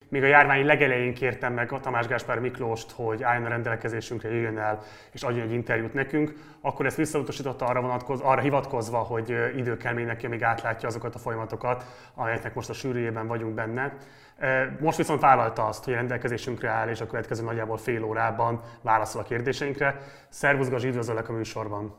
még a járvány legelején kértem meg a Tamás Gáspár Miklóst, hogy álljon a rendelkezésünkre, jöjjön el és adjon egy interjút nekünk, akkor ezt visszautasította arra hivatkozva, hogy idő kell még neki, amíg átlátja azokat a folyamatokat, amelyeknek most a sűrűjében vagyunk benne. Most viszont vállalta azt, hogy rendelkezésünkre áll, és a következő nagyjából fél órában válaszol a kérdéseinkre. Szervusz Gazi, üdvözöllek a műsorban!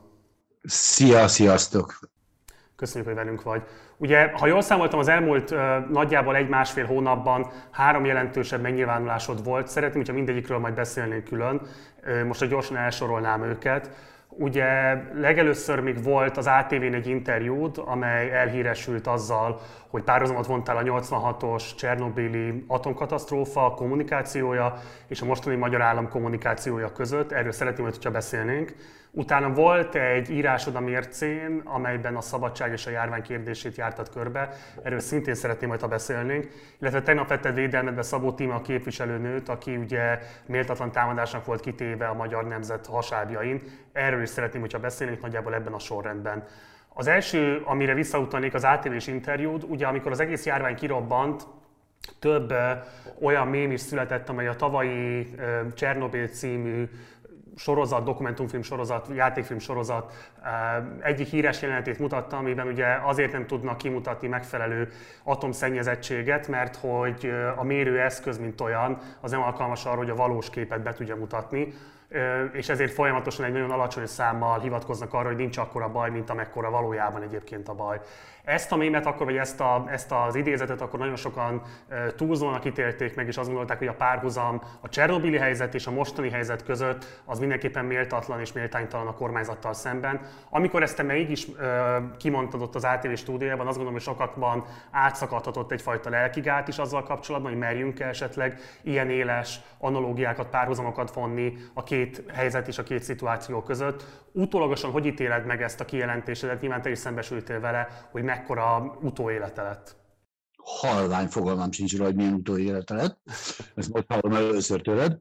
Sziasztok! Köszönjük, hogy velünk vagy. Ugye, ha jól számoltam, az elmúlt nagyjából 1-1,5 hónapban 3 jelentősebb megnyilvánulásod volt. Szeretném, hogyha mindegyikről majd beszélnénk külön. Most gyorsan elsorolnám őket. Ugye legelőször még volt az ATV-n egy interjúd, amely elhíresült azzal, hogy párhuzamot vontál a 86-os csernobili atomkatasztrófa kommunikációja és a mostani magyar állam kommunikációja között. Erről szeretném, hogyha beszélnénk. Utána volt egy írásod a Mércén, amelyben a szabadság és a járvány kérdését jártad körbe. Erről szintén szeretném, ha beszélnénk. Illetve tegnap vetted védelmedbe Szabó Tímea képviselőnőt, aki ugye méltatlan támadásnak volt kitéve a magyar nemzet hasábjain. Erről is szeretném, hogyha beszélnénk nagyjából ebben a sorrendben. Az első, amire visszautalnék, az ATV-s interjúd, ugye amikor az egész járvány kirobbant, több olyan mém is született, amely a tavalyi Csernobil című sorozat, dokumentumfilm sorozat, játékfilm sorozat egyik híres jelenetét mutatta, amiben ugye azért nem tudnak kimutatni megfelelő atomszennyezettséget, mert hogy a mérőeszköz, mint olyan, az nem alkalmas arra, hogy a valós képet be tudja mutatni, és ezért folyamatosan egy nagyon alacsony számmal hivatkoznak arra, hogy nincs akkora baj, mint amekkora valójában egyébként a baj. Ezt a mémet akkor, vagy ezt az idézetet akkor nagyon sokan túlzónak ítélték meg, és azt gondolták, hogy a párhuzam a csernobili helyzet és a mostani helyzet között az mindenképpen méltatlan és méltánytalan a kormányzattal szemben. Amikor ezt te mégis kimondtad ott az ATV stúdiójában, azt gondolom, hogy sokakban átszakadhatott egyfajta lelkigát is azzal kapcsolatban, hogy merjünk-e esetleg ilyen éles analógiákat, párhuzamokat vonni a két helyzet és a két szituáció között. Utólagosan hogy ítéled meg ezt a kijelentésedet? Nyilván te is szembesültél vele, hogy mekkora utóélete lett. Halvány fogalmam sincs róla, hogy milyen utóélete lett. Ezt most hallom először tőled.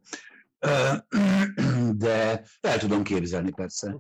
De el tudom képzelni persze.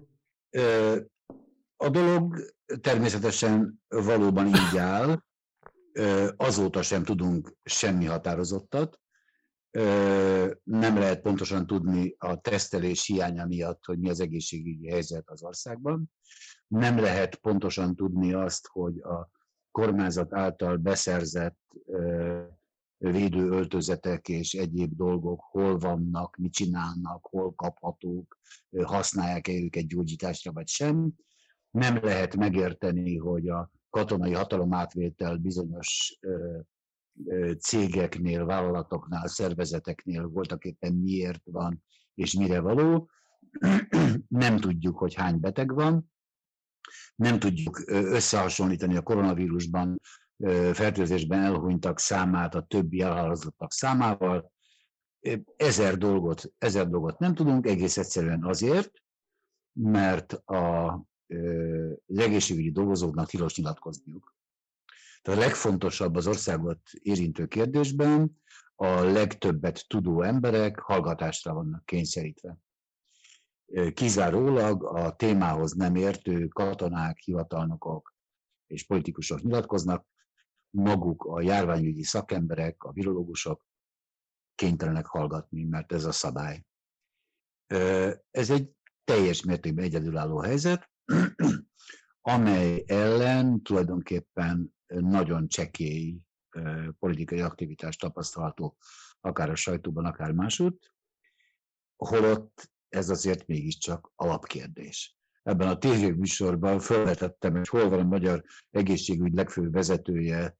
A dolog természetesen valóban így áll. Azóta sem tudunk semmi határozottat. Nem lehet pontosan tudni a tesztelés hiánya miatt, hogy mi az egészségügyi helyzet az országban. Nem lehet pontosan tudni azt, hogy a kormányzat által beszerzett védőöltözetek és egyéb dolgok hol vannak, mit csinálnak, hol kaphatók, használják-e őket gyógyításra vagy sem. Nem lehet megérteni, hogy a katonai hatalomátvétel bizonyos cégeknél, vállalatoknál, szervezeteknél voltak éppen miért van és mire való. Nem tudjuk, hogy hány beteg van, nem tudjuk összehasonlítani a koronavírusban fertőzésben elhunytak számát a többi elhalálozottak számával. Ezer dolgot nem tudunk, egész egyszerűen azért, mert az egészségügyi dolgozóknak tilos nyilatkozniuk. Tehát a legfontosabb az országot érintő kérdésben a legtöbbet tudó emberek hallgatásra vannak kényszerítve. Kizárólag a témához nem értő katonák, hivatalnokok és politikusok nyilatkoznak, maguk a járványügyi szakemberek, a virológusok kénytelenek hallgatni, mert ez a szabály. Ez egy teljes mértékben egyedülálló helyzet, amely ellen tulajdonképpen nagyon csekély politikai aktivitás tapasztalható, akár a sajtóban, akár másutt, holott ez azért mégiscsak alapkérdés. Ebben a tévéműsorban felvetettem, hogy hol van a magyar egészségügy legfőbb vezetője,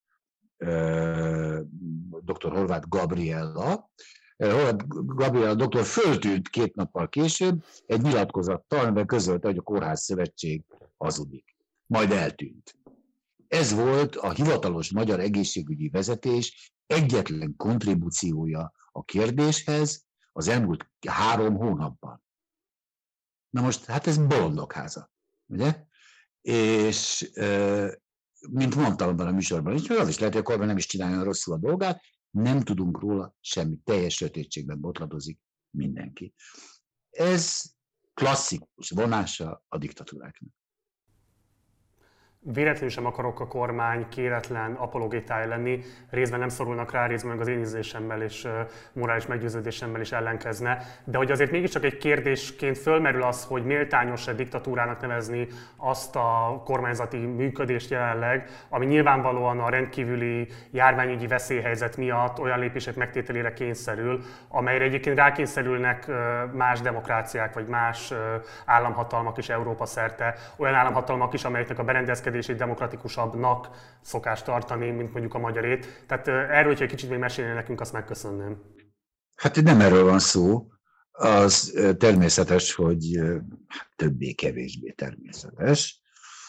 dr. Horváth Gabriella. Horváth Gabriella doktor föltűnt 2 nappal később egy nyilatkozattal, amiben közölte, hogy a Kórház Szövetség hazudik. Majd eltűnt. Ez volt a hivatalos magyar egészségügyi vezetés egyetlen kontribúciója a kérdéshez az elmúlt 3 hónapban. Na most, hát ez bolondok háza, ugye? És mint mondtam abban a műsorban is, az is lehet, hogy a kormány nem is csinálja rosszul a dolgát, nem tudunk róla semmi, teljes sötétségben botladozik mindenki. Ez klasszikus vonása a diktatúráknak. Véletlenül sem akarok a kormány kéretlen apologétája lenni, részben nem szorulnak rá, részben meg az én ízlésemmel és morális meggyőződésemmel is ellenkezne, de hogy azért mégiscsak egy kérdésként fölmerül az, hogy méltányos-e diktatúrának nevezni azt a kormányzati működést jelenleg, ami nyilvánvalóan a rendkívüli járványügyi veszélyhelyzet miatt olyan lépések megtételére kényszerül, amelyre egyébként rákényszerülnek más demokráciák vagy más államhatalmak is Európa szerte, olyan államhatalmak is, amelyeknek a berendezkedését demokratikusabbnak szokás tartani, mint mondjuk a magyarét. Tehát erről, hogyha egy kicsit még mesélni nekünk, azt megköszönném. Hát nem erről van szó. Az természetes, hogy többé-kevésbé természetes,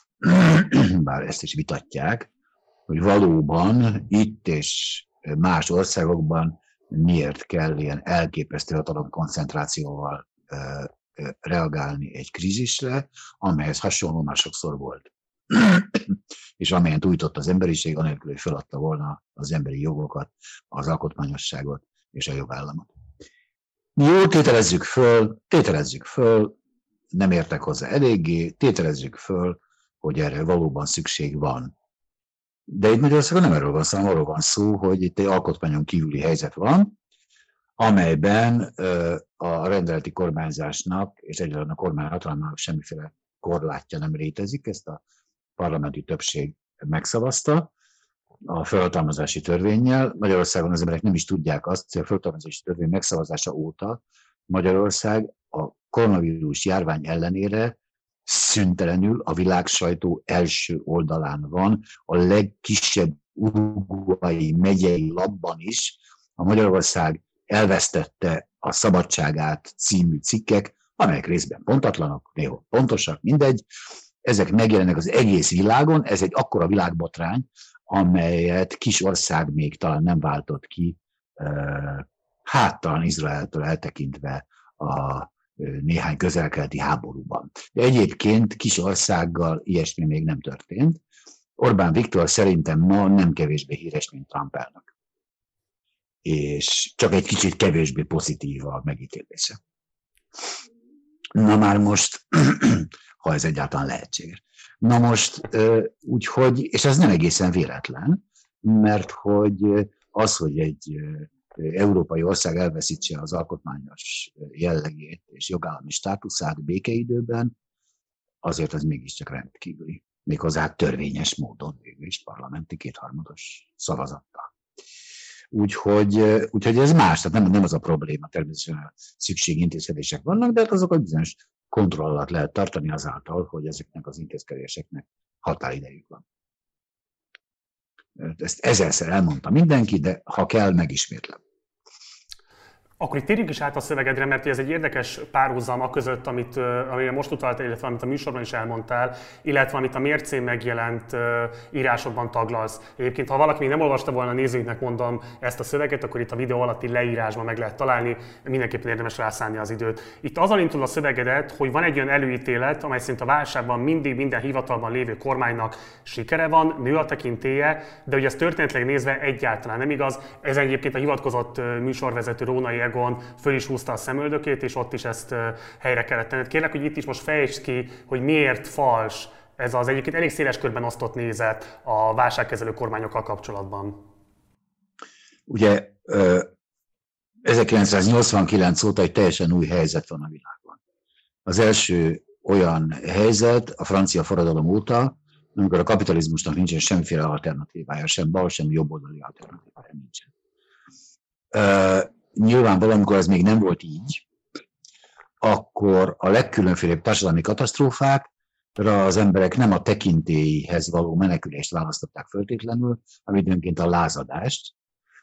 bár ezt is vitatják, hogy valóban itt és más országokban miért kell ilyen elképesztő hatalomkoncentrációval reagálni egy krízisre, amelyhez hasonló már sokszor volt. És amelyen tújtott az emberiség, anélkül, hogy feladta volna az emberi jogokat, az alkotmányosságot és a jogállamot. Jó, tételezzük föl, nem értek hozzá eléggé, tételezzük föl, hogy erre valóban szükség van. De itt Magyarországon nem erről van szó, arról van szó, hogy itt egy alkotmányon kívüli helyzet van, amelyben a rendeleti kormányzásnak és egyáltalán a kormány hatalmának semmiféle korlátja nem létezik, ezt a parlamenti többség megszavazta a felhatalmazási törvénnyel. Magyarországon az emberek nem is tudják azt, hogy a felhatalmazási törvény megszavazása óta Magyarország a koronavírus járvány ellenére szüntelenül a világsajtó első oldalán van, a legkisebb uruguayi megyei labban is. A Magyarország elvesztette a szabadságát című cikkek, amelyek részben pontatlanok, néha pontosak, mindegy. Ezek megjelennek az egész világon, ez egy akkora világbotrány, amelyet kis ország még talán nem váltott ki, talán Izraeltől eltekintve a néhány közel-keleti háborúban. De egyébként kis országgal ilyesmi még nem történt. Orbán Viktor szerintem ma nem kevésbé híres, mint Trump elnök. És csak egy kicsit kevésbé pozitív a megítélése. Na már most, ha ez egyáltalán lehetséges. Na most, úgyhogy, és ez nem egészen véletlen, mert hogy az, hogy egy európai ország elveszítse az alkotmányos jellegét és jogállami státuszát békeidőben, azért az mégiscsak rendkívüli. Méghozzá törvényes módon, végül is parlamenti kétharmados szavazattal. Úgyhogy ez más, tehát nem az a probléma, természetesen szükségintézkedések vannak, de hát azokat bizonyos kontroll alatt lehet tartani azáltal, hogy ezeknek az intézkedéseknek határidejük van. Ezt ezerszer elmondta mindenki, de ha kell, megismétlem. Akkor itt térjünk is át a szövegedre, mert ez egy érdekes párhuzam között, amire most utaltál, illetve amit a műsorban is elmondtál, illetve amit a Mércén megjelent írásokban taglalsz. Egyébként, ha valaki még nem olvasta volna, a nézőinknek mondom ezt a szöveget, akkor itt a videó alatti leírásban meg lehet találni, mindenképpen érdemes rászánni az időt. Itt azzal indul a szövegedet, hogy van egy olyan előítélet, amely szerint a válságban mindig minden hivatalban lévő kormánynak sikere van, nő a tekintélye, de ugye ez történetileg nézve egyáltalán nem igaz. Ez egyébként a hivatkozott műsorvezető Rónai Egon föl is húzta a szemöldökét, és ott is ezt helyre kellett tenni. Kérlek, hogy itt is most fejtsd ki, hogy miért fals ez az egyébként elég széles körben osztott nézet a válságkezelő kormányokkal kapcsolatban. Ugye 1989 óta egy teljesen új helyzet van a világban. Az első olyan helyzet a francia forradalom óta, amikor a kapitalizmusnak nincsen semmiféle alternatívája, sem bal, sem jobboldali alternatívája nincsen. Nyilvánvalóan, amikor ez még nem volt így, akkor a legkülönfélebb társadalmi katasztrófákra az emberek nem a tekintélyhez való menekülést választották föltétlenül, hanem időnként a lázadást.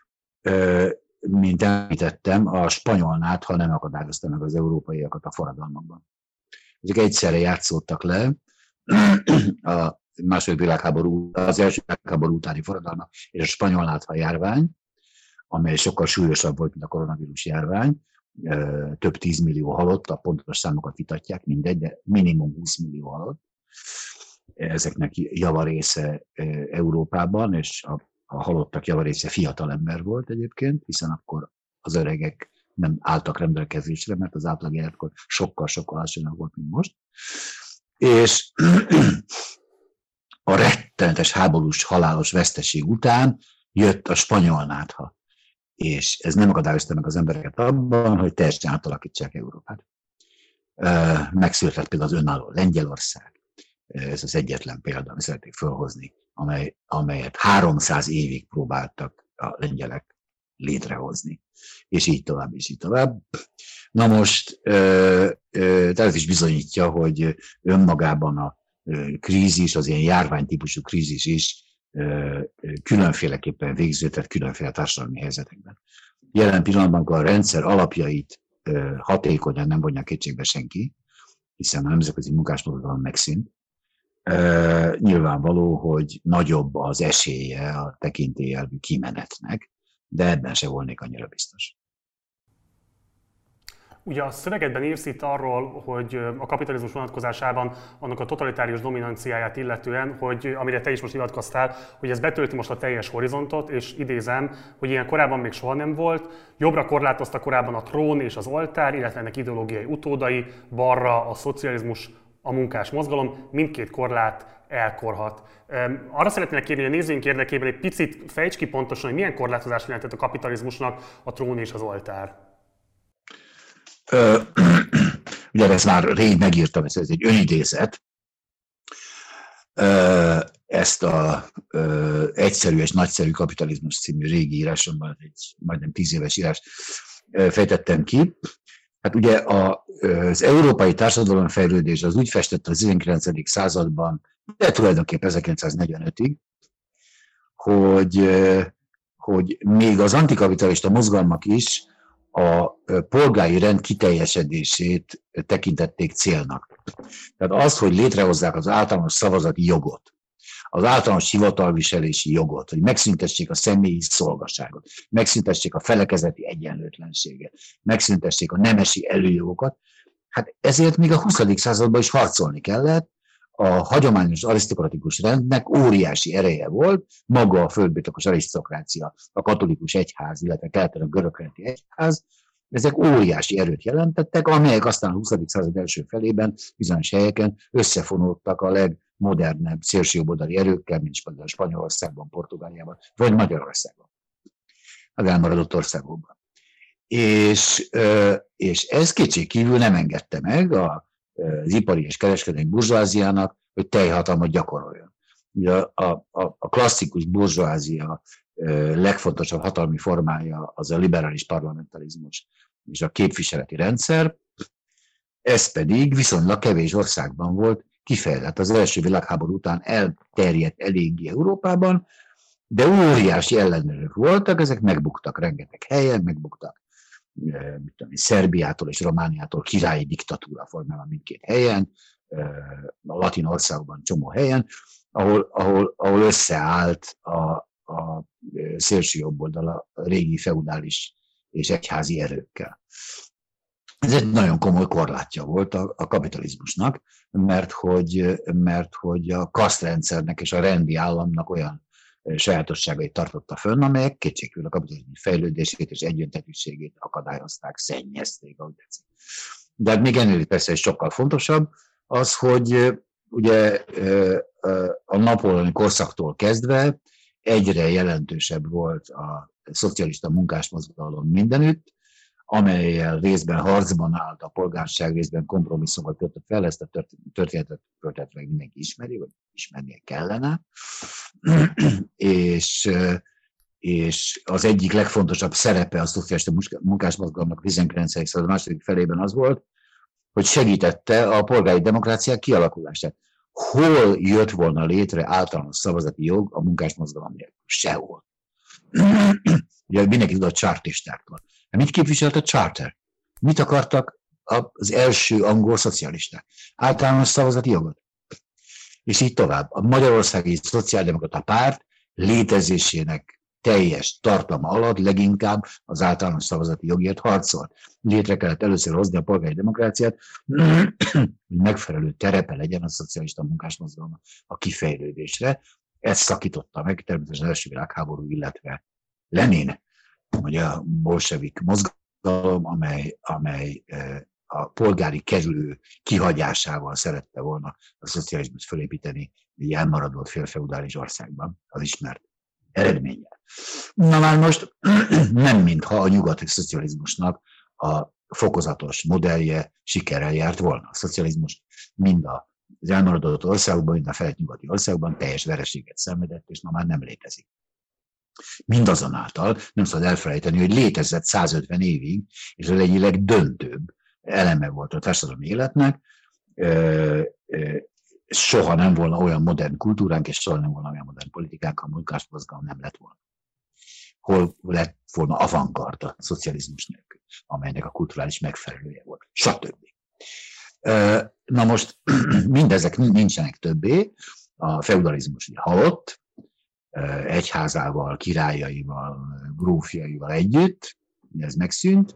Mint említettem, a spanyolnát, ha nem akadályozta meg az európaiakat a forradalmakban. Ezek egyszerre játszódtak le a második világháború, az első világháború utáni forradalmak és a spanyolnátha járvány, amely sokkal súlyosabb volt, mint a koronavírus járvány. Több 10 millió halott, a pontos számokat vitatják, mindegy, de minimum 20 millió halott. Ezeknek javarésze Európában, és a halottak javarésze fiatal ember volt egyébként, hiszen akkor az öregek nem álltak rendelkezésre, mert az átlag életkor sokkal alacsonyabb volt, mint most. És a rettenetes háborús halálos veszteség után jött a spanyol nátha. És ez nem akadályozta meg az embereket abban, hogy teljesen átalakítsák Európát. Megszületett például az önálló Lengyelország. Ez az egyetlen példa, amit szeretnék felhozni, amelyet 300 évig próbáltak a lengyelek létrehozni. És így tovább, és így tovább. Na most, tehát ez is bizonyítja, hogy önmagában a krízis, az ilyen járványtípusú krízis is különféleképpen végződhet különféle társadalmi helyzetekben. Jelen pillanatban, amikor a rendszer alapjait hatékonyan nem vonja kétségbe senki, hiszen a nemzetközi munkásmozgalom megszűnt, nyilvánvaló, hogy nagyobb az esélye a tekintélyelvű kimenetnek, de ebben se volnék annyira biztos. Ugye a szövegedben írsz itt arról, hogy a kapitalizmus vonatkozásában annak a totalitárius dominanciáját illetően, hogy amire te is most hivatkoztál, hogy ez betölti most a teljes horizontot, és idézem, hogy ilyen korábban még soha nem volt. Jobbra korlátozta korábban a trón és az oltár, illetve ennek ideológiai utódai, balra a szocializmus, a munkás mozgalom, mindkét korlát elkorhat. Arra szeretnék kérni, hogy a nézőink érdekében egy picit fejts ki pontosan, hogy milyen korlátozás jelentett a kapitalizmusnak a trón és az oltár. Ugye ezt már rég megírtam, ez egy önidézet. Ezt a Egyszerű és nagyszerű kapitalizmus című régi írásomban, egy majdnem 10 éves írás fejtettem ki. Hát ugye az európai társadalomfejlődés az úgy festett az 19. században, de tulajdonképpen 1945-ig, hogy még az antikapitalista mozgalmak is a polgári rend kiteljesedését tekintették célnak. Tehát az, hogy létrehozzák az általános szavazati jogot, az általános hivatalviselési jogot, hogy megszüntessék a személyi szolgaságot, megszüntessék a felekezeti egyenlőtlenséget, megszüntessék a nemesi előjogokat, hát ezért még a 20. században is harcolni kellett. A hagyományos arisztokratikus rendnek óriási ereje volt, maga a földbirtokos arisztokrácia, a katolikus egyház, illetve keleten a görögkreti egyház, ezek óriási erőt jelentettek, amelyek aztán a 20. század első felében bizonyos helyeken összefonódtak a legmodernebb szélsőjobboldali erőkkel, mint például Spanyolországban, Portugáliában, vagy Magyarországon, az elmaradott országokban. És ez kétségkívül nem engedte meg az ipari és kereskedelmi burzsóáziának, hogy teljhatalmat gyakoroljon. Ugye a klasszikus burzsóázia legfontosabb hatalmi formája az a liberális parlamentarizmus és a képviseleti rendszer, ez pedig viszonylag kevés országban volt kifejlett. Az első világháború után elterjedt eléggé Európában, de óriási ellenőrök voltak, ezek megbuktak rengeteg helyen, megbuktak Szerbiától és Romániától királyi diktatúra formában mindkét helyen, a latin országokban csomó helyen, ahol összeállt a szélső jobboldal a régi feudális és egyházi erőkkel. Ez egy nagyon komoly korlátja volt a kapitalizmusnak, mert hogy a kasztrendszernek és a rendi államnak olyan sajátosságait tartotta fönn, amelyek kétségkívül a kapitalizmus fejlődését és egyöntetűségét akadályozták, szennyezték, ahogy tetszik. De még ennél persze is sokkal fontosabb az, hogy ugye a napóleoni korszaktól kezdve egyre jelentősebb volt a szocialista munkásmozgalom mindenütt, amellyel részben harcban állt a polgárság, részben kompromisszokat kötött fel, ezt a történetet meg mindenki ismeri, vagy ismernie kellene. És az egyik legfontosabb szerepe a szocialista munkásmozgalomnak a 19. század második felében az volt, hogy segítette a polgári demokráciák kialakulását. Hol jött volna létre általános szavazati jog a munkásmozgalom nélkül? Sehol. Ugye mindenki tud a chartistáktól. Mit képviselt a charter? Mit akartak az első angol szocialisták? Általános szavazati jogot. És így tovább. A Magyarországi Szociáldemokrata Párt létezésének teljes tartalma alatt leginkább az általános szavazati jogért harcolt. Létre kellett először hozni a polgári demokráciát, hogy megfelelő terepe legyen a szocialista munkásmozgalomnak a kifejlődésre. Ezt szakította meg természetesen az első világháború, illetve Lenin, vagy a bolsevik mozgalom, amely a a polgári kerülő kihagyásával szerette volna a szocializmust fölépíteni egy elmaradott félfeudális országban, az ismert eredménnyel. Na már most nem mintha a nyugati szocializmusnak a fokozatos modellje sikerrel járt volna. A szocializmus mind az elmaradott országokban, mind a felett nyugati országokban teljes vereséget szenvedett, és ma már nem létezik. Mindazonáltal nem szabad elfelejteni, hogy létezett 150 évig, és az egyik legdöntőbb eleme volt a társadalmi életnek. Soha nem volna olyan modern kultúránk, és soha nem volna olyan modern politikánk, ha a munkásmozgalom nem lett volna. Hol lett volna avantgard a szocializmus nélkül, amelynek a kulturális megfelelője volt, stb. Na most mindezek nincsenek többé, a feudalizmus ugye halott, egyházával, királyaival, grófjaival együtt, ez megszűnt,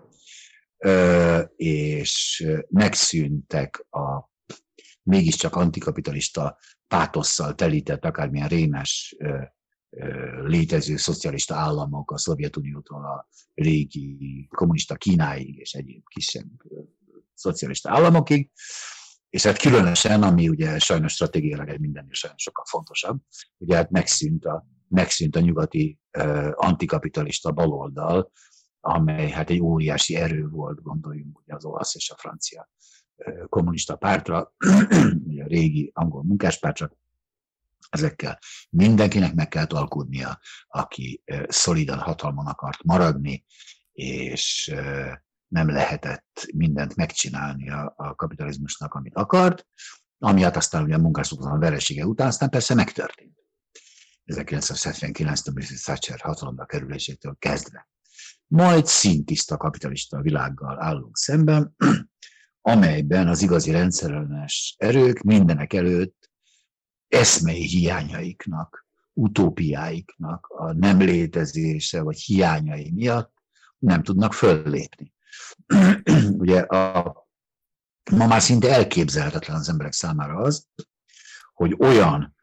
és megszűntek a mégiscsak antikapitalista pátosszal telített, akármilyen rémes létező szocialista államok, a Szovjetuniótól a régi kommunista Kínáig és egyéb kisebb szocialista államokig, és hát különösen, ami ugye sajnos stratégiailag egy mindennél sajnos sokkal fontosabb, ugye hát megszűnt a nyugati antikapitalista baloldal, amely hát egy óriási erő volt, gondoljunk ugye az olasz és a francia kommunista pártra, ugye a régi angol munkáspártra. Ezekkel mindenkinek meg kellett alkudnia, aki szolidan hatalmon akart maradni, és nem lehetett mindent megcsinálni a kapitalizmusnak, amit akart, ami hát aztán ugye a munkásmozgalom veresége után aztán persze megtörtént. 1979-től Thatcher hatalomra kerülésétől kezdve. Majd színtiszta kapitalista világgal állunk szemben, amelyben az igazi rendszerellenes erők mindenek előtt eszmei hiányaiknak, utópiáiknak a nem létezése vagy hiányai miatt nem tudnak föllépni. Ugye ma már szinte elképzelhetetlen az emberek számára az, hogy olyan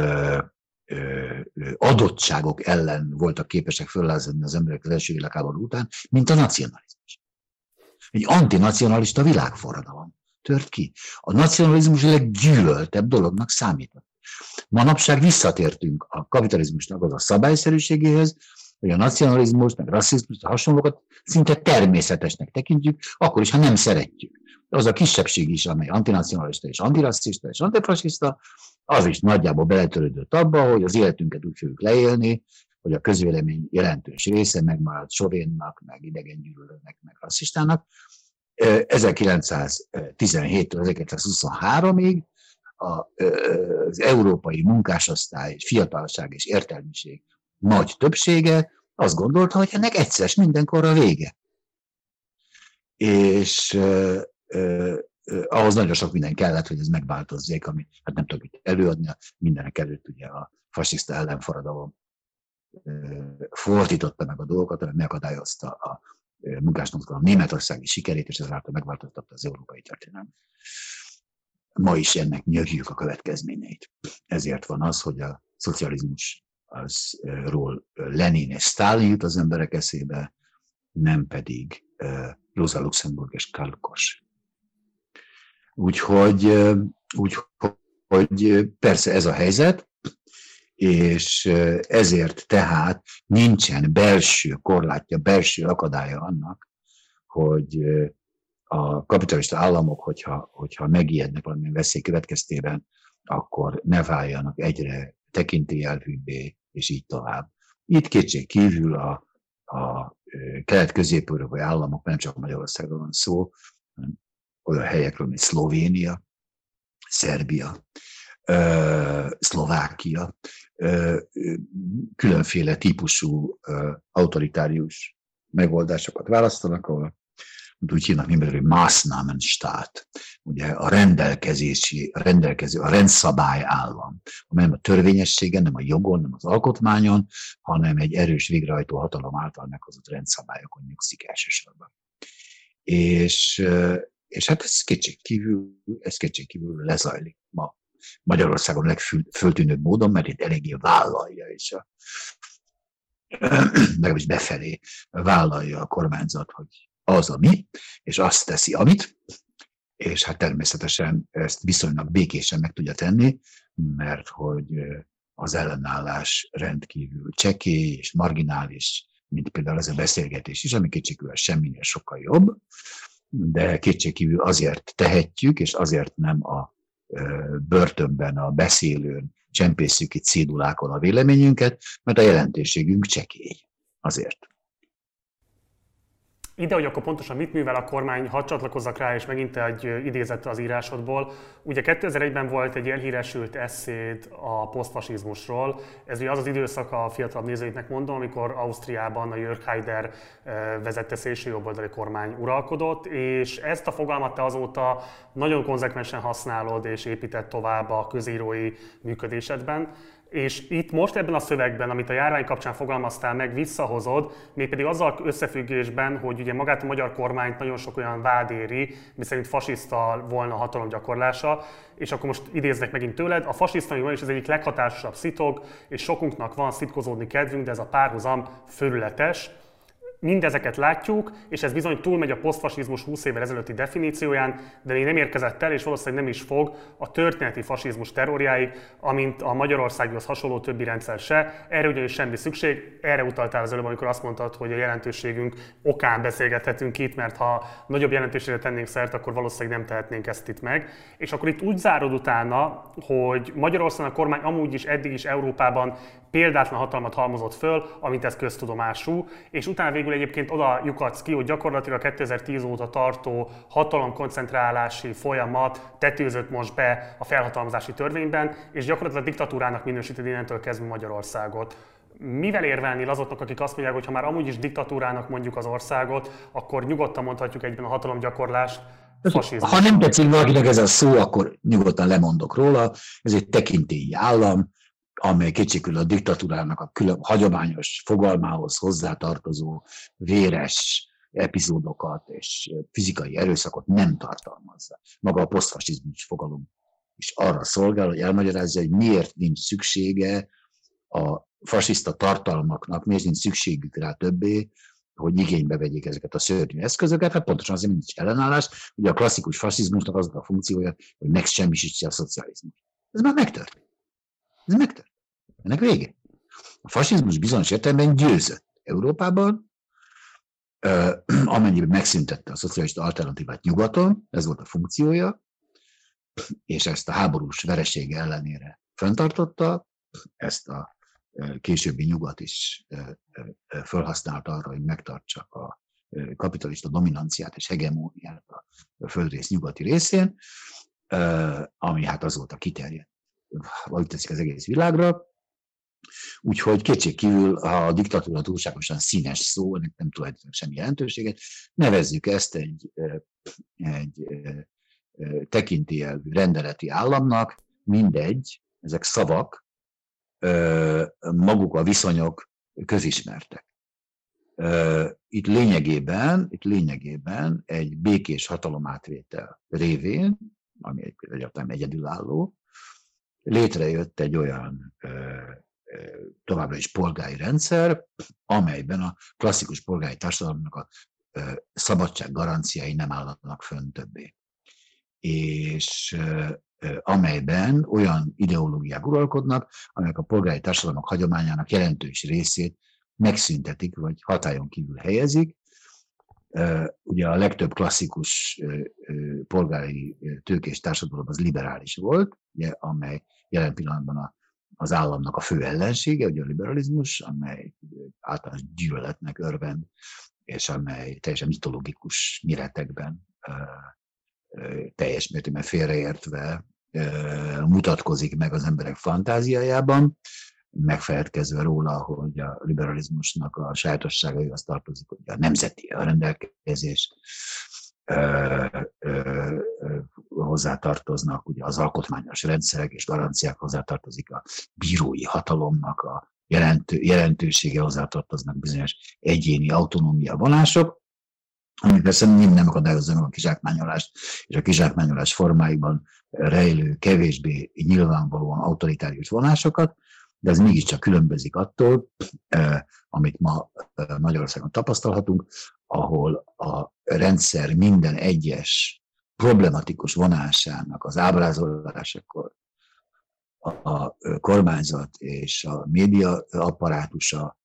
adottságok ellen voltak képesek föllázadni az emberek az első világháború után, mint a nacionalizmus. Egy antinacionalista világforradalom tört ki. A nacionalizmus a leggyűlöltebb dolognak számított. Manapság visszatértünk a kapitalizmusnak az a szabályszerűségéhez, hogy a nacionalizmus, meg rasszizmus, a hasonlókat szinte természetesnek tekintjük, akkor is, ha nem szeretjük. Az a kisebbség is, amely antinacionalista és antirasszista és antifasiszta, az is nagyjából beletörődött abba, hogy az életünket úgy fogjuk leélni, hogy a közvélemény jelentős része megmarad sovénnak, meg idegengyűlölőnek, meg rasszistának. 1917-től 1923-ig az európai munkásosztály, fiatalság és értelmiség nagy többsége azt gondolta, hogy ennek egyszer mindenkorra vége. És ahhoz nagyon sok minden kellett, hogy ez megváltozzék, ami hát nem tudjuk előadni, mindenek előtt ugye a fasiszta ellenforradalom fordította meg a dolgokat, ami megakadályozta a munkásmozgalom németországi sikerét, és ezáltal megváltoztatta az európai történelmet. Ma is ennek nyögjük a következményeit. Ezért van az, hogy a szocializmusról Lenin és Sztálin jut az emberek eszébe, nem pedig Rosa Luxemburg és Karl Koch. Úgyhogy persze ez a helyzet, és ezért tehát nincsen belső korlátja, belső akadálya annak, hogy a kapitalista államok, hogyha megijednek valamilyen veszély következtében, akkor ne váljanak egyre tekintélyelvűbbé, és így tovább. Itt kétség kívül a kelet-közép-európai államok, nem csak Magyarországról van szó, hanem olyan helyekről, mint Szlovénia, Szerbia, Szlovákia, különféle típusú autoritárius megoldásokat választanak, ahol úgy hívnak mindenről, hogy Maßnahmenstaat, ugye a rendelkező, a rendszabály állam, amely nem a törvényességen, nem a jogon, nem az alkotmányon, hanem egy erős végrehajtó hatalom által meghozott rendszabályokon nyugszik elsősorban. És hát ez kétségkívül lezajlik ma Magyarországon legföltűnőbb módon, mert itt eléggé vállalja, és legalábbis befelé vállalja a kormányzat, hogy az, ami, és azt teszi, amit, és hát természetesen ezt viszonylag békésen meg tudja tenni, mert hogy az ellenállás rendkívül csekély és marginális, mint például ez a beszélgetés is, ami kétségkívül semminél sokkal jobb, de kétségkívül azért tehetjük, és azért nem a börtönben, a beszélőn csempészük itt cédulákon a véleményünket, mert a jelentőségünk csekély. Azért. Ide, hogy akkor pontosan mit művel a kormány, hadd csatlakozzak rá, és megint egy idézet az írásodból. Ugye 2001-ben volt egy elhíresült eszéd a posztfasizmusról. Ez ugye az az időszak, a fiatalabb nézőinknek mondom, amikor Ausztriában a Jörg Haider vezette szélsőjobboldali kormány uralkodott, és ezt a fogalmat te azóta nagyon konzekvensen használod és épített tovább a közírói működésedben. És itt most ebben a szövegben, amit a járvány kapcsán fogalmaztál meg, visszahozod, mégpedig azzal összefüggésben, hogy ugye magát a magyar kormányt nagyon sok olyan vád éri, miszerint fasiszta volna a hatalom gyakorlása, és akkor most idéznek megint tőled, a fasiszta is az egyik leghatásosabb szitog, és sokunknak van szitkozódni kedvünk, de ez a párhuzam fölületes. Mindezeket látjuk, és ez bizony túlmegy a posztfasizmus 20 évvel ezelőtti definícióján, de még nem érkezett el, és valószínűleg nem is fog a történeti fasizmus terrorjáig, amint a Magyarországhoz hasonló többi rendszer se. Erre ugyanis semmi szükség, erre utaltál az előbb, amikor azt mondtad, hogy a jelentőségünk okán beszélgethetünk itt, mert ha nagyobb jelentőségre tennénk szert, akkor valószínűleg nem tehetnénk ezt itt meg. És akkor itt úgy zárod utána, hogy Magyarországon a kormány amúgy is eddig is Európában példátlan hatalmat halmozott föl, amint ez köztudomású, és utána végül egyébként oda lyukadsz ki, hogy gyakorlatilag 2010 óta tartó hatalomkoncentrálási folyamat tetőzött most be a felhatalmazási törvényben, és gyakorlatilag diktatúrának minősíted innentől kezdve Magyarországot. Mivel érvelnél azoknak, akik azt mondják, hogy ha már amúgy is diktatúrának mondjuk az országot, akkor nyugodtan mondhatjuk egyben a hatalomgyakorlást fasizmusnak? Ha nem tetszik valakinek ez a szó, akkor nyugodtan lemondok róla. Ez egy tekintélyi állam, amely kétségkívül a diktatúrának a külön hagyományos fogalmához hozzátartozó véres epizódokat és fizikai erőszakot nem tartalmazza. Maga a posztfasizmus fogalom is arra szolgál, hogy elmagyarázza, hogy miért nincs szüksége a fasiszta tartalmaknak, miért nincs szükségük rá többé, hogy igénybe vegyék ezeket a szörnyű eszközöket, hát pontosan azért nincs ellenállás. Ugye a klasszikus fasizmusnak az a funkciója, hogy megsemmisítse a szocializmus. Ez már megtörtént. Ez megtörtént. Ennek vége. A fasizmus bizonyos értelemben győzött Európában, amennyiben megszüntette a szocialista alternatívát nyugaton, ez volt a funkciója, és ezt a háborús veresége ellenére fenntartotta, ezt a későbbi nyugat is felhasználta arra, hogy megtartsa a kapitalista dominanciát és hegemóniát a földrész nyugati részén, ami hát azóta kiterjedt, úgy teszik az egész világra. Úgyhogy kétségkívül, ha a diktatúra túlságosan színes szó, ennek nem tulajdonítunk semmi jelentőséget, nevezzük ezt egy tekintélyelvű rendeleti államnak, mindegy, ezek szavak, maguk a viszonyok közismertek. Itt lényegében egy békés hatalomátvétel révén, ami egyáltalán egyedülálló, létrejött egy olyan továbbra is polgári rendszer, amelyben a klasszikus polgári társadalomnak a szabadság garanciái nem állnak fönn többé. És amelyben olyan ideológiák uralkodnak, amelyek a polgári társadalmak hagyományának jelentős részét megszüntetik, vagy hatályon kívül helyezik. Ugye a legtöbb klasszikus polgári tőkés társadalom az liberális volt, ugye, amely jelen pillanatban az államnak a fő ellensége, ugye a liberalizmus, amely általános gyűlöletnek örvend, és amely teljesen mitológikus méretekben, teljes mértékben félreértve mutatkozik meg az emberek fantáziájában, megfeledkezve róla, hogy a liberalizmusnak a sajátosságaihoz tartozik, hogy a nemzeti rendelkezés, hozzátartoznak ugye az alkotmányos rendszerek és garanciák, hozzátartozik a bírói hatalomnak a jelentősége, hozzátartoznak bizonyos egyéni autonómia vonások, ami persze nem akadályozza meg a kizsákmányolást, és a kizsákmányolás formáiban rejlő, kevésbé nyilvánvalóan autoritárius vonásokat, de ez mégiscsak különbözik attól, amit ma Magyarországon tapasztalhatunk, ahol a rendszer minden egyes problematikus vonásának az ábrázolásakor a kormányzat és a média apparátusa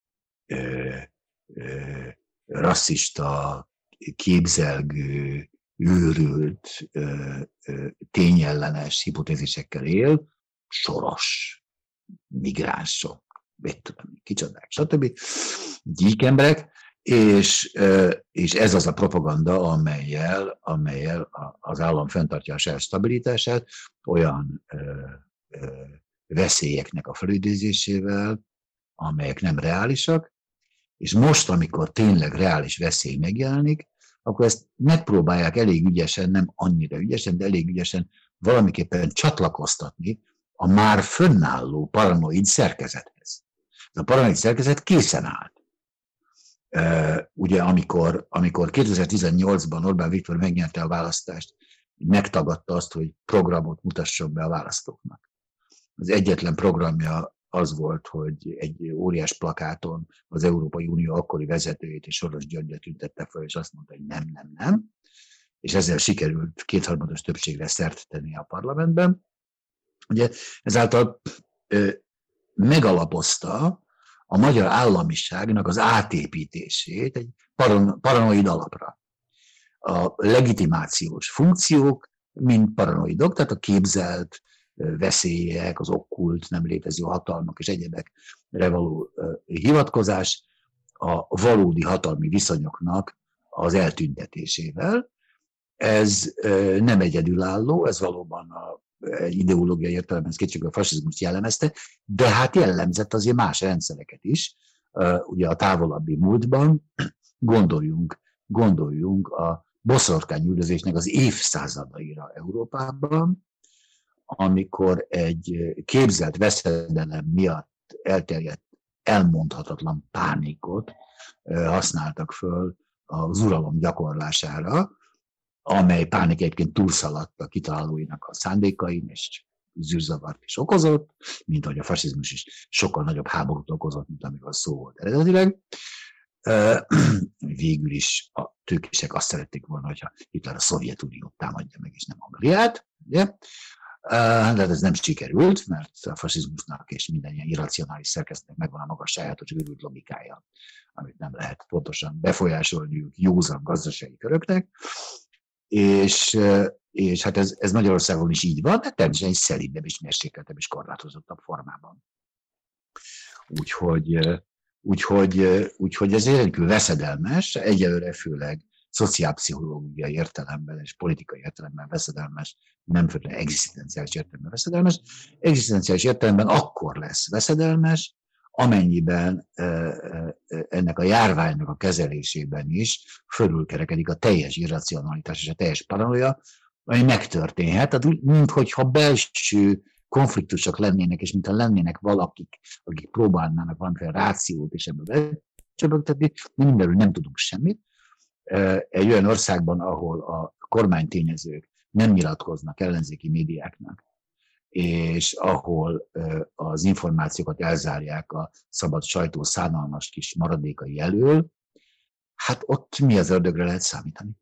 rasszista, képzelgő, őrült, tényellenes hipotézisekkel él, soros migránsok, kicsodák, stb. Gyíkemberek, és ez az a propaganda, amellyel az állam fenntartja a saját stabilitását, olyan veszélyeknek a felidézésével, amelyek nem reálisak, és most, amikor tényleg reális veszély megjelenik, akkor ezt megpróbálják elég ügyesen, nem annyira ügyesen, de elég ügyesen valamiképpen csatlakoztatni a már fönnálló paranoid szerkezethez. A paranoid szerkezet készen állt. Ugye amikor 2018-ban Orbán Viktor megnyerte a választást, megtagadta azt, hogy programot mutasson be a választóknak. Az egyetlen programja az volt, hogy egy óriás plakáton az Európai Unió akkori vezetőjét és Soros Györgyöt tüntette fel, és azt mondta, hogy nem. És ezzel sikerült kétharmados többségre szert tenni a parlamentben. Ugye ezáltal megalapozta a magyar államiságnak az átépítését egy paranoid alapra. A legitimációs funkciók mind paranoidok, tehát a képzelt veszélyek, az okkult, nem létező hatalmak és egyebekre való hivatkozás a valódi hatalmi viszonyoknak az eltüntetésével. Ez nem egyedülálló, ez valóban egy ideológiai értelemben kétségbe a fasizmust jellemezte, de hát jellemzett azért más rendszereket is. Ugye a távolabbi múltban gondoljunk a boszorkányüldözésnek az évszázadaira Európában, amikor egy képzelt veszedelem miatt elterjedt, elmondhatatlan pánikot használtak föl az uralom gyakorlására, amely pánik egyébként túlszaladt a kitalálóinak a szándékain, és zűrzavart is okozott, mint ahogy a fasizmus is sokkal nagyobb háborút okozott, mint amiről szó volt eredetileg. Végül is a tőkések azt szerették volna, hogyha Hitler a Szovjetuniót támadja meg, és nem Angliát. Ugye? De ez nem sikerült, mert a fasizmusnak és minden ilyen irracionális szerkezetnek megvan a maga sajátos őrült logikája, amit nem lehet pontosan befolyásolniuk józan gazdasági köröknek. És hát ez Magyarországon is így van, de természetesen egy szelídebb és mérsékeltebb és korlátozottabb formában. Úgyhogy ez rendkívül veszedelmes, egyelőre főleg szociálpszichológiai értelemben és politikai értelemben veszedelmes, nem főleg egzisztenciális értelemben veszedelmes. Egzisztenciális értelemben akkor lesz veszedelmes, amennyiben ennek a járványnak a kezelésében is fölülkerekedik a teljes irracionalitás és a teljes paranoia, ami megtörténhet. Tehát minthogyha belső konfliktusok lennének, és mintha lennének valakik, akik próbálnának valamiféle rációt és ebből becsöpögtetni, mi mindenről nem tudunk semmit. Egy olyan országban, ahol a kormánytényezők nem nyilatkoznak ellenzéki médiáknak, és ahol az információkat elzárják a szabad sajtó szánalmas kis maradékai elől, hát ott mi az ördögre lehet számítani?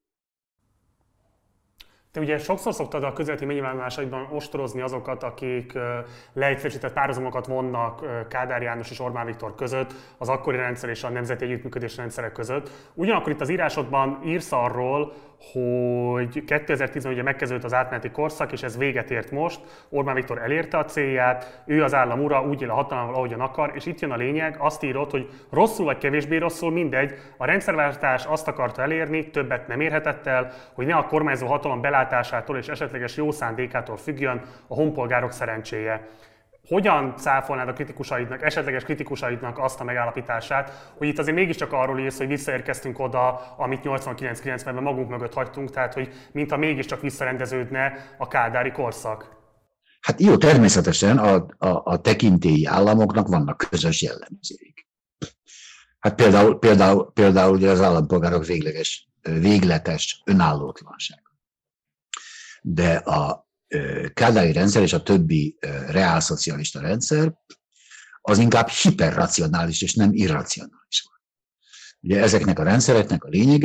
Te ugye sokszor szoktad a közéleti megnyilvánulásaidban ostorozni azokat, akik leegyszerűsített párhuzamokat vonnak Kádár János és Orbán Viktor között, az akkori rendszer és a nemzeti együttműködés rendszerek között. Ugyanakkor itt az írásodban írsz arról, hogy 2010-ben ugye megkezdődött az átmeneti korszak, és ez véget ért most. Orbán Viktor elérte a célját, ő az állam ura, úgy él a hatalmával, ahogyan akar, és itt jön a lényeg, azt írod, hogy rosszul vagy kevésbé rosszul, mindegy, a rendszerváltás azt akarta elérni, többet nem érhetett el, hogy ne a kormányzó hatalom belátásától és esetleges jó szándékától függjön a honpolgárok szerencséje. Hogyan cáfolnád a kritikusaidnak, esetleges kritikusaidnak azt a megállapítását, hogy itt azért mégiscsak arról írsz, hogy visszaérkeztünk oda, amit 89-90-ben magunk mögött hagytunk, tehát hogy mintha mégiscsak visszarendeződne a kádári korszak? Hát jó, természetesen a tekintélyi államoknak vannak közös jellemzőik. Hát például ugye az állampolgárok végletes önállótlanság. De a kádári rendszer és a többi reálszocialista rendszer az inkább hiperracionális és nem irracionális volt. Ugye ezeknek a rendszereknek a lényege,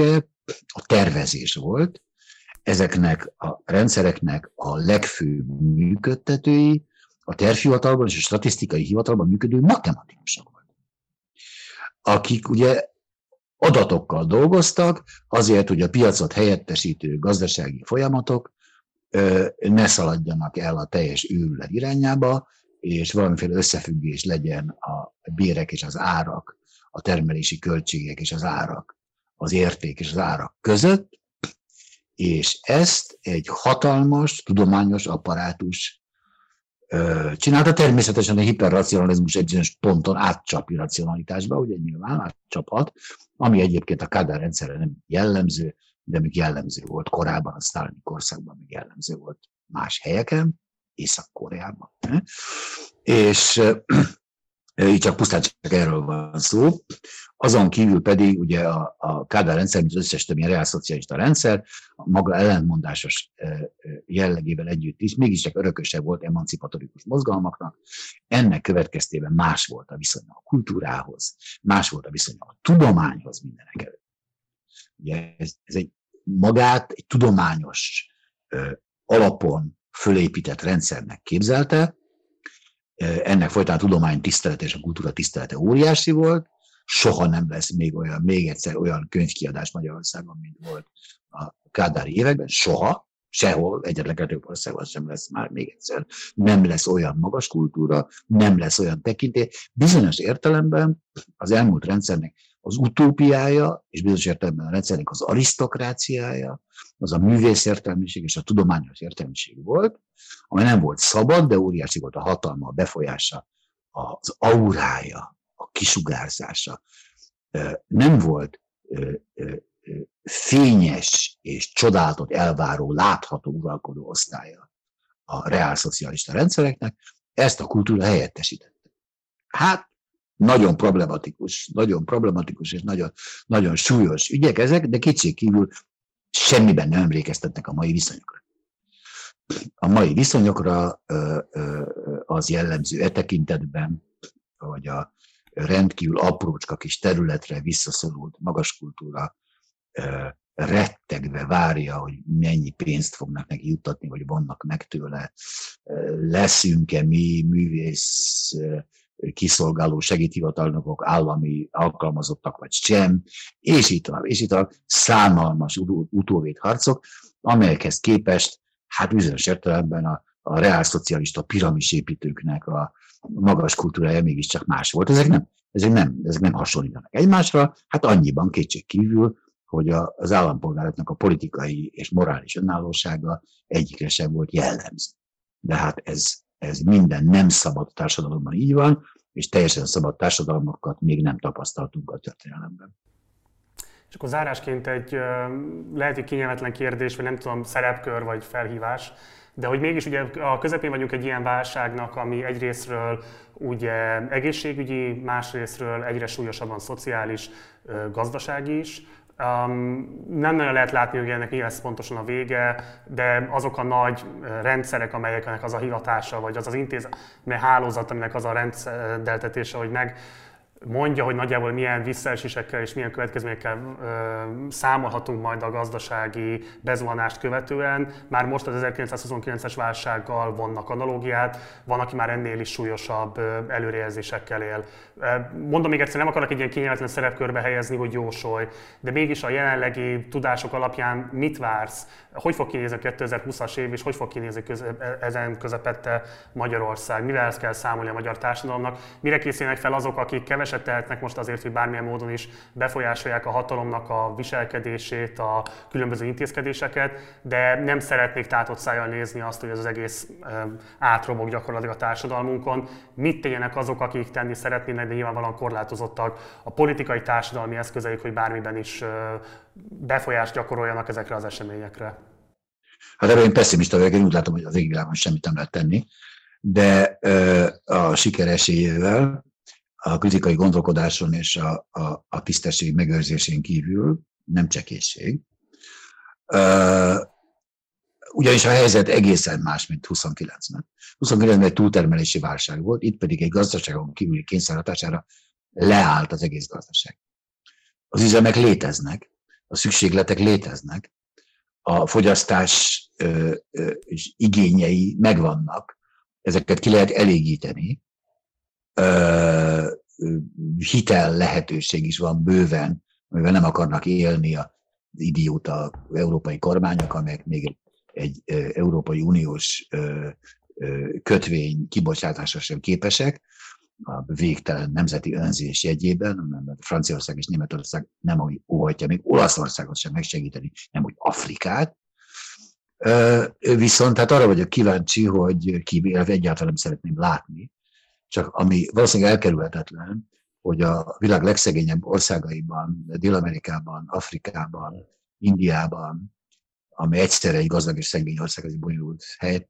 a tervezés volt. Ezeknek a rendszereknek a legfőbb működtetői a tervhivatalban és a statisztikai hivatalban működő matematikusok voltak, akik ugye adatokkal dolgoztak, azért, hogy a piacot helyettesítő gazdasági folyamatok ne szaladjanak el a teljes őrület irányába, és valamiféle összefüggés legyen a bérek és az árak, a termelési költségek és az árak, az érték és az árak között, és ezt egy hatalmas, tudományos apparátus csinálta. Természetesen a hiperracionalizmus egy bizonyos ponton átcsap irracionalitásba, ugye nyilván átcsaphat, ami egyébként a Kádár rendszerre nem jellemző, de még jellemző volt korábban, a sztálini korszakban még jellemző volt más helyeken, Észak-Koreában. És így csak pusztán csak erről van szó. Azon kívül pedig ugye a Kádár rendszer, mint az összes többi reálszocialista rendszer, a maga ellentmondásos jellegével együtt is mégiscsak örököse volt emancipatorikus mozgalmaknak. Ennek következtében más volt a viszony a kultúrához, más volt a viszony a tudományhoz mindenek előtt. Ugye ez egy magát egy tudományos alapon fölépített rendszernek képzelte, ennek folytán a tudomány tisztelete és a kultúra tisztelete óriási volt, soha nem lesz még egyszer olyan könyvkiadás Magyarországon, mint volt a kádári években, soha, sehol, egyetlen legtöbb országban sem lesz már még egyszer, nem lesz olyan magas kultúra, nem lesz olyan tekintély. Bizonyos értelemben az elmúlt rendszernek az utópiája, és bizonyos értelemben a rendszernek az arisztokráciája, az a művész értelmiség és a tudományos értelmiség volt, amely nem volt szabad, de óriási volt a hatalma, a befolyása, az aurája, a kisugárzása. Nem volt fényes és csodálatot elváró, látható uralkodó osztálya a reálszocialista rendszereknek, ezt a kultúra helyettesítette. Hát, nagyon problematikus és nagyon, nagyon súlyos ügyek ezek, de kétségkívül semmiben nem emlékeztetnek a mai viszonyokra. A mai viszonyokra az jellemző e tekintetben, hogy a rendkívül aprócska kis területre visszaszorult magas kultúra rettegve várja, hogy mennyi pénzt fognak neki juttatni, vagy vannak meg tőle, leszünk-e mi művész kiszolgáló segédhivatalnokok, állami alkalmazottak, vagy sem, és így tovább, szánalmas utóvédharcok, amelyekhez képest, hát bizonyos értelemben a reálszocialista piramisépítőknek a magas kultúrája mégiscsak más volt. Ezek nem hasonlítanak egymásra, hát annyiban kétségkívül, hogy az állampolgáratnak a politikai és morális önállósága egyikre sem volt jellemző. De hát ez minden nem szabad társadalomban így van, és teljesen szabad társadalmakat még nem tapasztaltunk a történelemben. És akkor zárásként egy lehet, hogy kényelmetlen kérdés, vagy nem tudom, szerepkör vagy felhívás, de hogy mégis ugye a közepén vagyunk egy ilyen válságnak, ami egyrészről ugye egészségügyi, másrészről egyre súlyosabban szociális, gazdasági is. Nem nagyon lehet látni, hogy ennek mi lesz pontosan a vége, de azok a nagy rendszerek, amelyeknek az a hivatása, vagy az az intézmény hálózat, aminek az a rendeltetése, hogy mondja, hogy nagyjából milyen visszaesésekkel és milyen következményekkel számolhatunk majd a gazdasági bezuhanást követően. Már most az 1929-es válsággal vonnak analógiát, van, aki már ennél is súlyosabb előrejelzésekkel él. Mondom még egyszer, nem akarok egy ilyen kényelmetlen szerepkörbe helyezni, hogy jósolj, de mégis a jelenlegi tudások alapján mit vársz? Hogy fog kinézni a 2020-as év, és hogy fog kinézni ezen közepette Magyarország? Mivel kell számolni a magyar társadalomnak? Mire készülnek fel azok, akik keveset tehetnek most azért, hogy bármilyen módon is befolyásolják a hatalomnak a viselkedését, a különböző intézkedéseket, de nem szeretnék tátott szájjal nézni azt, hogy ez az egész átrobog gyakorlatilag a társadalmunkon. Mit tegyenek azok, akik tenni szeretnének, de nyilvánvalóan korlátozottak a politikai társadalmi eszközeik, hogy bármiben is befolyást gyakoroljanak ezekre az eseményekre? Hát erről én pessimista vagyok, én úgy látom, hogy az égvilágon semmit nem lehet tenni, de a siker esélyével, a kritikai gondolkodáson és a tisztesség megőrzésén kívül nem csekészség. Ugyanis a helyzet egészen más, mint 29-ben. 29-ben egy túltermelési válság volt, itt pedig egy gazdaságon kívüli kényszer hatására leállt az egész gazdaság. Az üzemek léteznek, a szükségletek léteznek, a fogyasztás igényei megvannak, ezeket ki lehet elégíteni, hitel lehetőség is van bőven, amivel nem akarnak élni az idióta európai kormányok, amelyek még egy Európai Uniós kötvény kibocsátásra sem képesek, a végtelen nemzeti önzés jegyében, mert Franciaország és Németország nem óhajtja még Olaszországot sem megsegíteni, nem úgy Afrikát. Viszont hát arra vagyok kíváncsi, hogy egyáltalán nem szeretném látni, csak ami valószínűleg elkerülhetetlen, hogy a világ legszegényebb országaiban, Dél-Amerikában, Afrikában, Indiában, ami egyszerre egy gazdag és szegény ország, ez egy bonyolult hely,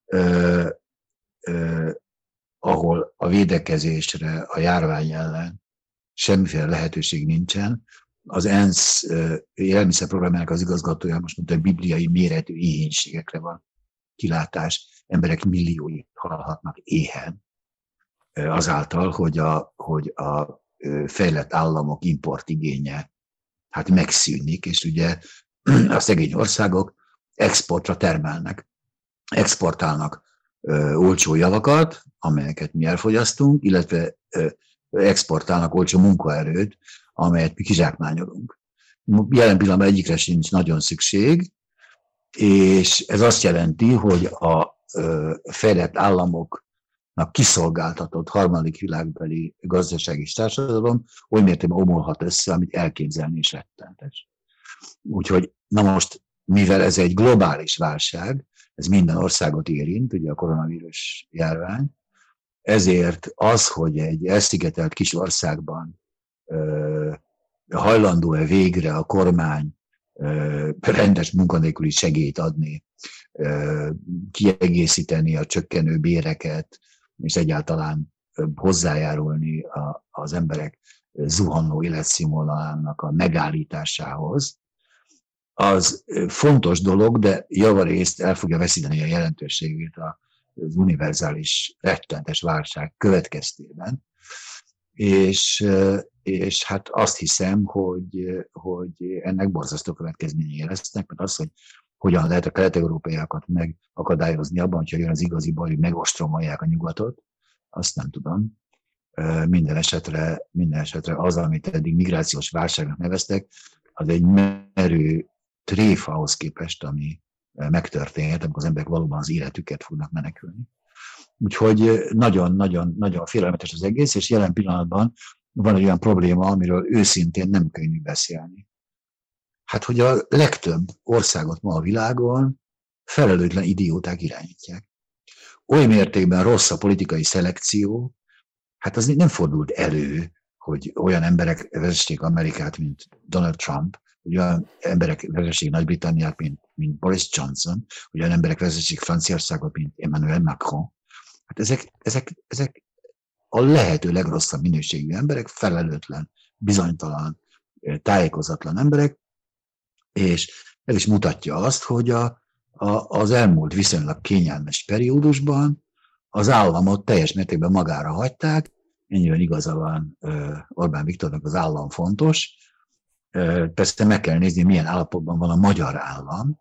ahol a védekezésre, a járvány ellen semmiféle lehetőség nincsen. Az ENSZ élelmiszerprogramjának az igazgatója most mondta, hogy bibliai méretű éhénységekre van kilátás. Emberek milliói halhatnak éhen azáltal, hogy a fejlett államok importigénye hát megszűnik, és ugye a szegény országok exportra termelnek, exportálnak olcsó javakat, amelyeket mi elfogyasztunk, illetve exportálnak olcsó munkaerőt, amelyet mi kizsákmányolunk. Jelen pillanatban egyikre sincs nagyon szükség, és ez azt jelenti, hogy a fejlett államoknak kiszolgáltatott harmadik világbeli gazdasági és társadalom oly mértékben omolhat össze, amit elképzelni is rettenetes. Úgyhogy na most, mivel ez egy globális válság, ez minden országot érint, ugye a koronavírus járvány, ezért az, hogy egy elszigetelt kis országban hajlandó-e végre a kormány rendes munkanélküli segélyt adni, kiegészíteni a csökkenő béreket, és egyáltalán hozzájárulni az emberek zuhanó életszínvonalának a megállításához, az fontos dolog, de javarészt el fogja veszíteni a jelentőségét az univerzális rettenetes válság következtében. És hát azt hiszem, hogy ennek borzasztó következményei lesznek, mert az, hogy hogyan lehet a kelet-európaiakat megakadályozni abban, hogyha jön az igazi baj, hogy megostromolják a nyugatot, azt nem tudom. Minden esetre az, amit eddig migrációs válságnak neveztek, az egy merő tréfa ahhoz képest, ami megtörténhet, amikor az emberek valóban az életüket fognak menekülni. Úgyhogy nagyon félelmetes az egész, és jelen pillanatban van egy olyan probléma, amiről őszintén nem könnyű beszélni. Hát, hogy a legtöbb országot ma a világon felelőtlen idióták irányítják. Oly mértékben rossz a politikai szelekció, hát az nem fordult elő, hogy olyan emberek vezessék Amerikát, mint Donald Trump, hogy olyan emberek vezessék Nagy-Britanniát, mint Boris Johnson, hogy olyan emberek vezessék Franciaországot, mint Emmanuel Macron. Hát ezek a lehető legrosszabb minőségű emberek, felelőtlen, bizonytalan, tájékozatlan emberek, és ez is mutatja azt, hogy az elmúlt viszonylag kényelmes periódusban az államot teljes mértékben magára hagyták, ennyire igaza van Orbán Viktornak, az állam fontos. Persze meg kell nézni, milyen állapotban van a magyar állam,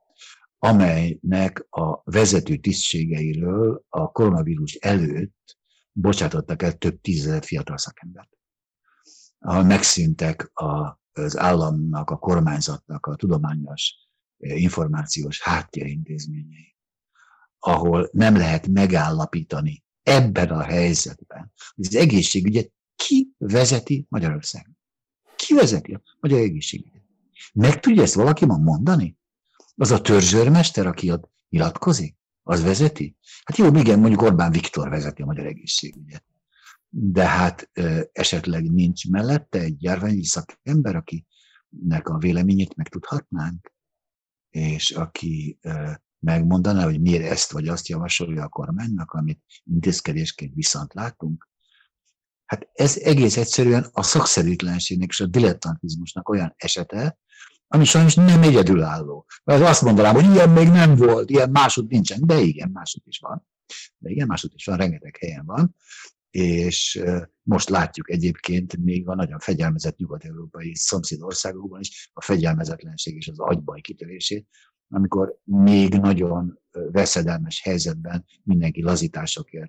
amelynek a vezető tisztségeiről a koronavírus előtt bocsátottak el több tízezer fiatal szakembert. Ahol megszűntek az államnak, a kormányzatnak a tudományos, információs háttérintézményei, ahol nem lehet megállapítani ebben a helyzetben, hogy az egészségügyet ki vezeti Magyarországon. Ki vezeti a magyar egészségügyet? Meg tudja ezt valaki ma mondani? Az a törzsőrmester, aki ott nyilatkozik? Az vezeti? Hát jó, igen, mondjuk Orbán Viktor vezeti a magyar egészségügyet. De hát esetleg nincs mellette egy járványi szakember, akinek a véleményét megtudhatnánk, és aki megmondaná, hogy miért ezt vagy azt javasolja a kormánynak, amit intézkedésként viszont látunk. Hát ez egész egyszerűen a szakszerűtlenségnek és a dilettantizmusnak olyan esete, ami sajnos nem egyedülálló. Mert azt mondanám, hogy ilyen még nem volt, ilyen másod nincsen, de igen, másod is van. Rengeteg helyen van. és most látjuk egyébként még a nagyon fegyelmezett nyugat-európai szomszédországokban is a fegyelmezetlenség és az agybaj kitörését, amikor még nagyon veszedelmes helyzetben mindenki lazításokért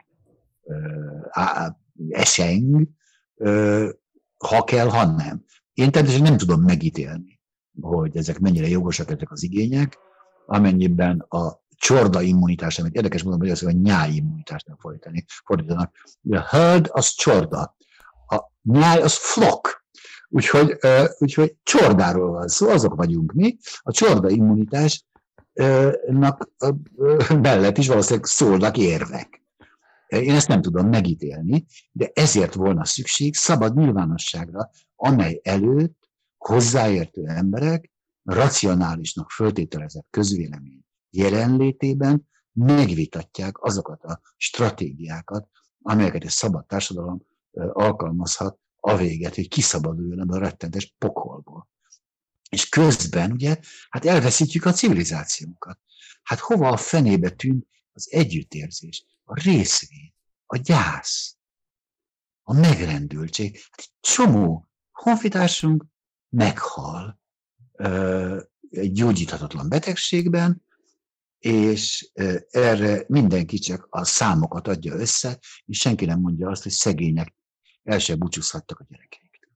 eseng, ha kell, ha nem. Én természetesen nem tudom megítélni, hogy ezek mennyire jogosak ezek az igények, amennyiben a csorda immunitás, amit érdekes módon hogy a nyáj immunitásnak fordítanak. A herd az csorda, a nyáj az flock. Úgyhogy csordáról van szó, azok vagyunk mi. A csorda immunitásnak mellett is valószínűleg szólnak érvek. Én ezt nem tudom megítélni, de ezért volna szükség szabad nyilvánosságra, amely előtt hozzáértő emberek racionálisnak föltételezett közvélemény jelenlétében megvitatják azokat a stratégiákat, amelyeket egy szabad társadalom alkalmazhat a véget, hogy kiszabaduljon ebből a rettentes pokolból. És közben ugye, hát elveszítjük a civilizációnkat. Hát hova a fenébe tűnt az együttérzés, a részvény, a gyász, a megrendültség. Hát egy csomó honfitársunk meghal egy gyógyíthatatlan betegségben, és erre mindenki csak a számokat adja össze, és senki nem mondja azt, hogy szegények el se búcsúzhattak a gyerekeiktől.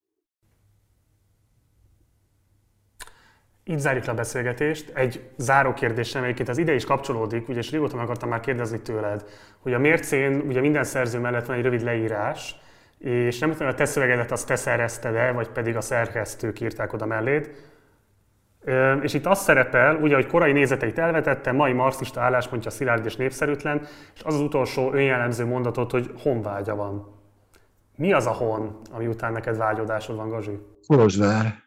Így zárjuk le a beszélgetést. Egy záró kérdésem, egyébként az ide is kapcsolódik, ugye, és régóta meg akartam már kérdezni tőled, hogy a mércén ugye minden szerző mellett van egy rövid leírás, és nem tudom, hogy a te szövegedet azt te szerezted-e, vagy pedig a szerkesztők írták oda melléd. És itt az szerepel, ugye, hogy korai nézeteit elvetette, mai marxista álláspontja szilárd és népszerűtlen, és az az utolsó önjellemző mondatot, hogy honvágya van. Mi az a hon, ami után neked vágyódásod van, Gazi? Kolozsvár.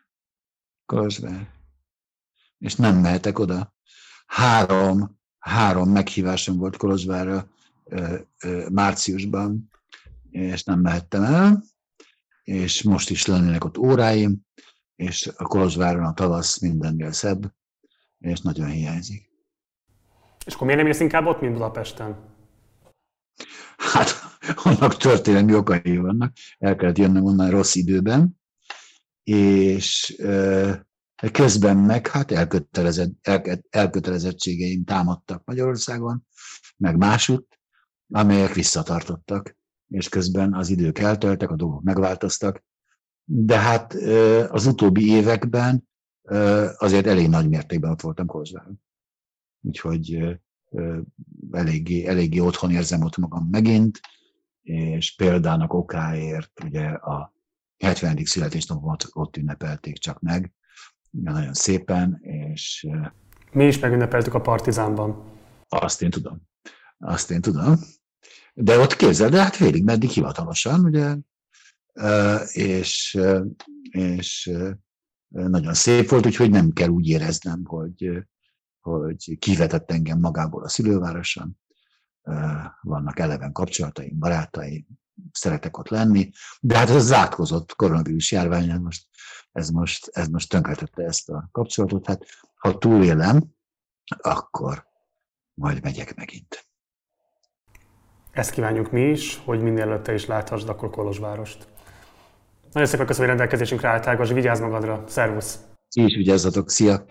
És nem mehetek oda. Három meghívásom volt Kolozsvárra márciusban, és nem mehettem el, és most is lennének ott óráim, és a Kolozsváron a tavasz mindennél szebb, és nagyon hiányzik. És akkor miért nem jössz inkább ott, mint Budapesten? Hát, annak történelmi okai vannak. El kellett jönnöm onnan rossz időben, és közben meg hát elkötelezettségeim támadtak Magyarországon, meg másutt, amelyek visszatartottak, és közben az idők elteltek, a dolgok megváltoztak, de hát az utóbbi években azért elég nagy mértékben ott voltam Kolozsváron. Úgyhogy eléggé otthon érzem ott magam megint, és példának okáért ugye a 70. születésnapomat ott ünnepelték csak meg, nagyon szépen, és... Mi is megünnepeltük a Partizánban. Azt én tudom. De ott képzeld, de hát félig meddig hivatalosan, ugye, és nagyon szép volt, úgyhogy nem kell úgy éreznem, hogy kivetett engem magából a szülővároson. Vannak eleven kapcsolataim, barátaim, szeretek ott lenni, de hát ez az átkozott koronavírus járvány, ez most tönkretette ezt a kapcsolatot. Hát ha túlélem, akkor majd megyek megint. Ezt kívánjuk mi is, hogy minél előtt te is láthassd akkor Kolozsvárost. Nagyon szépen köszönöm, hogy rendelkezésünkre álltál, Gazi, vigyázz magadra. Szervusz! Ti is vigyázzatok, szia!